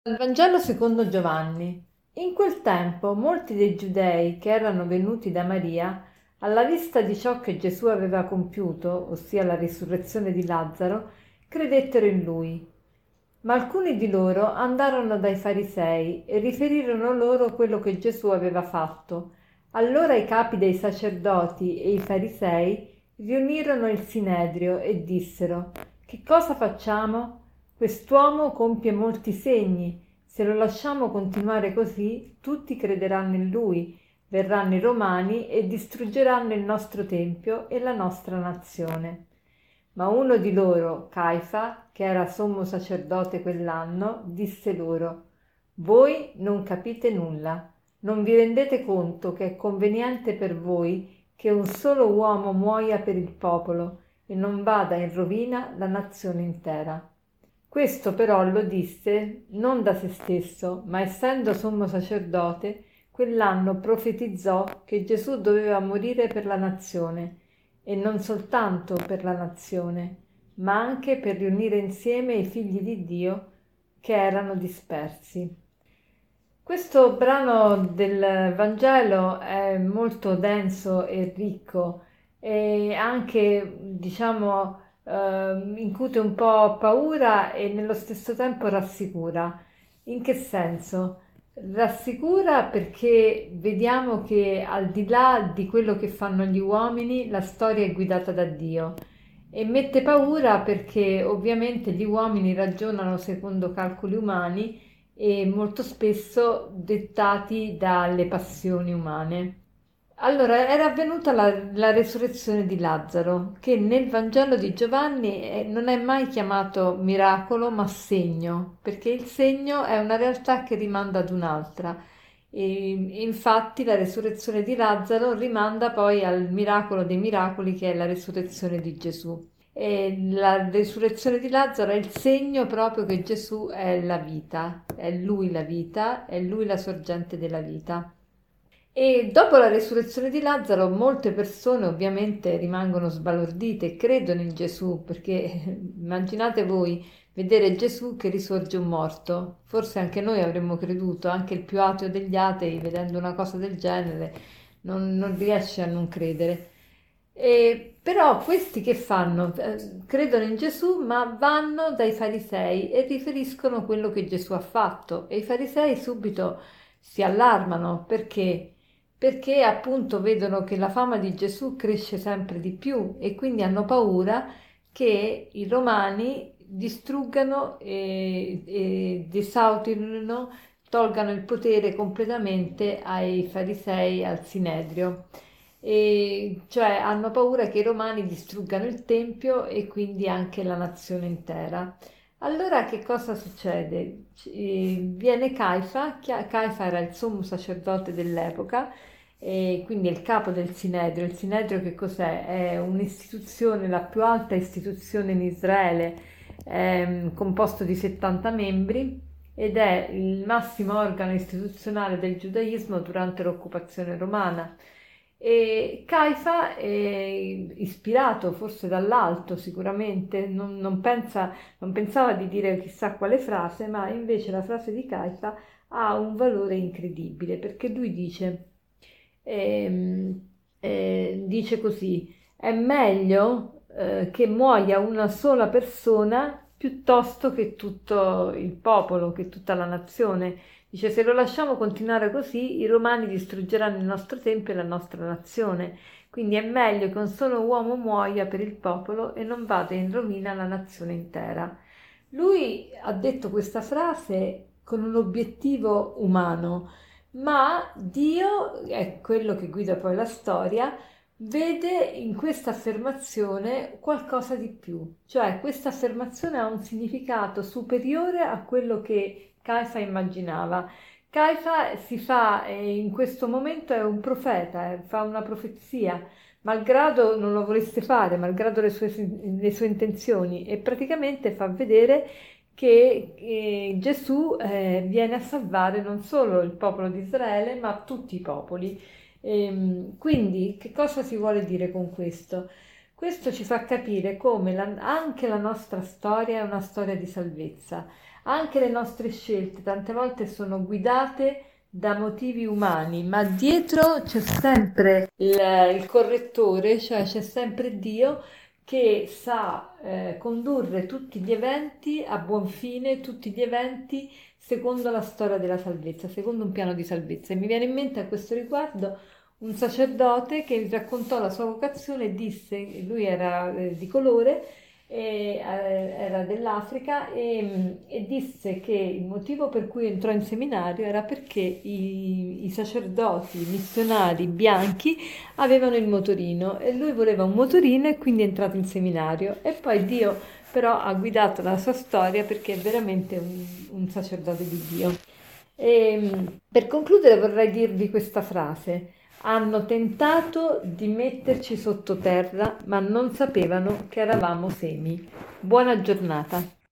Dal Vangelo secondo Giovanni. In quel tempo molti dei giudei che erano venuti da Maria, alla vista di ciò che Gesù aveva compiuto, ossia la risurrezione di Lazzaro, credettero in lui. Ma alcuni di loro andarono dai farisei e riferirono loro quello che Gesù aveva fatto. Allora i capi dei sacerdoti e i farisei riunirono il sinedrio e dissero: Che cosa facciamo? Quest'uomo compie molti segni. Se lo lasciamo continuare così, tutti crederanno in lui, verranno i Romani e distruggeranno il nostro tempio e la nostra nazione. Ma uno di loro, Caifa, che era sommo sacerdote quell'anno, disse loro: Voi non capite nulla, non vi rendete conto che è conveniente per voi che un solo uomo muoia per il popolo e non vada in rovina la nazione intera. Questo però lo disse non da se stesso, ma essendo sommo sacerdote, quell'anno profetizzò che Gesù doveva morire per la nazione, e non soltanto per la nazione, ma anche per riunire insieme i figli di Dio che erano dispersi. Questo brano del Vangelo è molto denso e ricco e anche, diciamo, incute un po' paura e nello stesso tempo rassicura. In che senso? Rassicura perché vediamo che al di là di quello che fanno gli uomini, la storia è guidata da Dio. E mette paura perché ovviamente gli uomini ragionano secondo calcoli umani e molto spesso dettati dalle passioni umane. Allora, era avvenuta la resurrezione di Lazzaro, che nel Vangelo di Giovanni non è mai chiamato miracolo, ma segno, perché il segno è una realtà che rimanda ad un'altra. E infatti la resurrezione di Lazzaro rimanda poi al miracolo dei miracoli che è la resurrezione di Gesù. E la resurrezione di Lazzaro è il segno proprio che Gesù è la vita, è lui la sorgente della vita. E dopo la resurrezione di Lazzaro, molte persone ovviamente rimangono sbalordite e credono in Gesù, perché immaginate voi vedere Gesù che risorge un morto. Forse anche noi avremmo creduto, anche il più ateo degli atei, vedendo una cosa del genere, non riesce a non credere. E però questi che fanno? Credono in Gesù, ma vanno dai farisei e riferiscono quello che Gesù ha fatto. E i farisei subito si allarmano perché appunto vedono che la fama di Gesù cresce sempre di più e quindi hanno paura che i romani distruggano ed esautorino, tolgano il potere completamente ai farisei, al Sinedrio. E cioè hanno paura che i romani distruggano il tempio e quindi anche la nazione intera. Allora che cosa succede? Viene Caifa, Caifa era il sommo sacerdote dell'epoca, e quindi è il capo del Sinedrio. Il Sinedrio che cos'è? È un'istituzione, la più alta istituzione in Israele, composto di 70 membri ed è il massimo organo istituzionale del giudaismo durante l'occupazione romana. E Caifa, ispirato forse dall'alto sicuramente, non pensava di dire chissà quale frase, ma invece la frase di Caifa ha un valore incredibile perché lui ehm, dice così: è meglio che muoia una sola persona piuttosto che tutto il popolo, che tutta la nazione. Dice, se lo lasciamo continuare così, i romani distruggeranno il nostro tempio e la nostra nazione. Quindi è meglio che un solo uomo muoia per il popolo e non vada in rovina la nazione intera. Lui ha detto questa frase con un obiettivo umano, ma Dio, è quello che guida poi la storia, vede in questa affermazione qualcosa di più, cioè questa affermazione ha un significato superiore a quello che Caifa immaginava. Caifa in questo momento è un profeta, fa una profezia, malgrado non lo volesse fare, malgrado le sue intenzioni, e praticamente fa vedere che Gesù viene a salvare non solo il popolo di Israele, ma tutti i popoli. Quindi, che cosa si vuole dire con questo? Questo ci fa capire come anche la nostra storia è una storia di salvezza. Anche le nostre scelte tante volte sono guidate da motivi umani, ma dietro c'è sempre il correttore, cioè c'è sempre Dio che sa condurre tutti gli eventi a buon fine, tutti gli eventi secondo la storia della salvezza, secondo un piano di salvezza. E mi viene in mente a questo riguardo un sacerdote che raccontò la sua vocazione e disse, lui era di colore, era dell'Africa e disse che il motivo per cui entrò in seminario era perché i sacerdoti, i missionari bianchi avevano il motorino e lui voleva un motorino e quindi è entrato in seminario e poi Dio però ha guidato la sua storia perché è veramente un sacerdote di Dio. Per concludere vorrei dirvi questa frase. Hanno tentato di metterci sottoterra, ma non sapevano che eravamo semi. Buona giornata.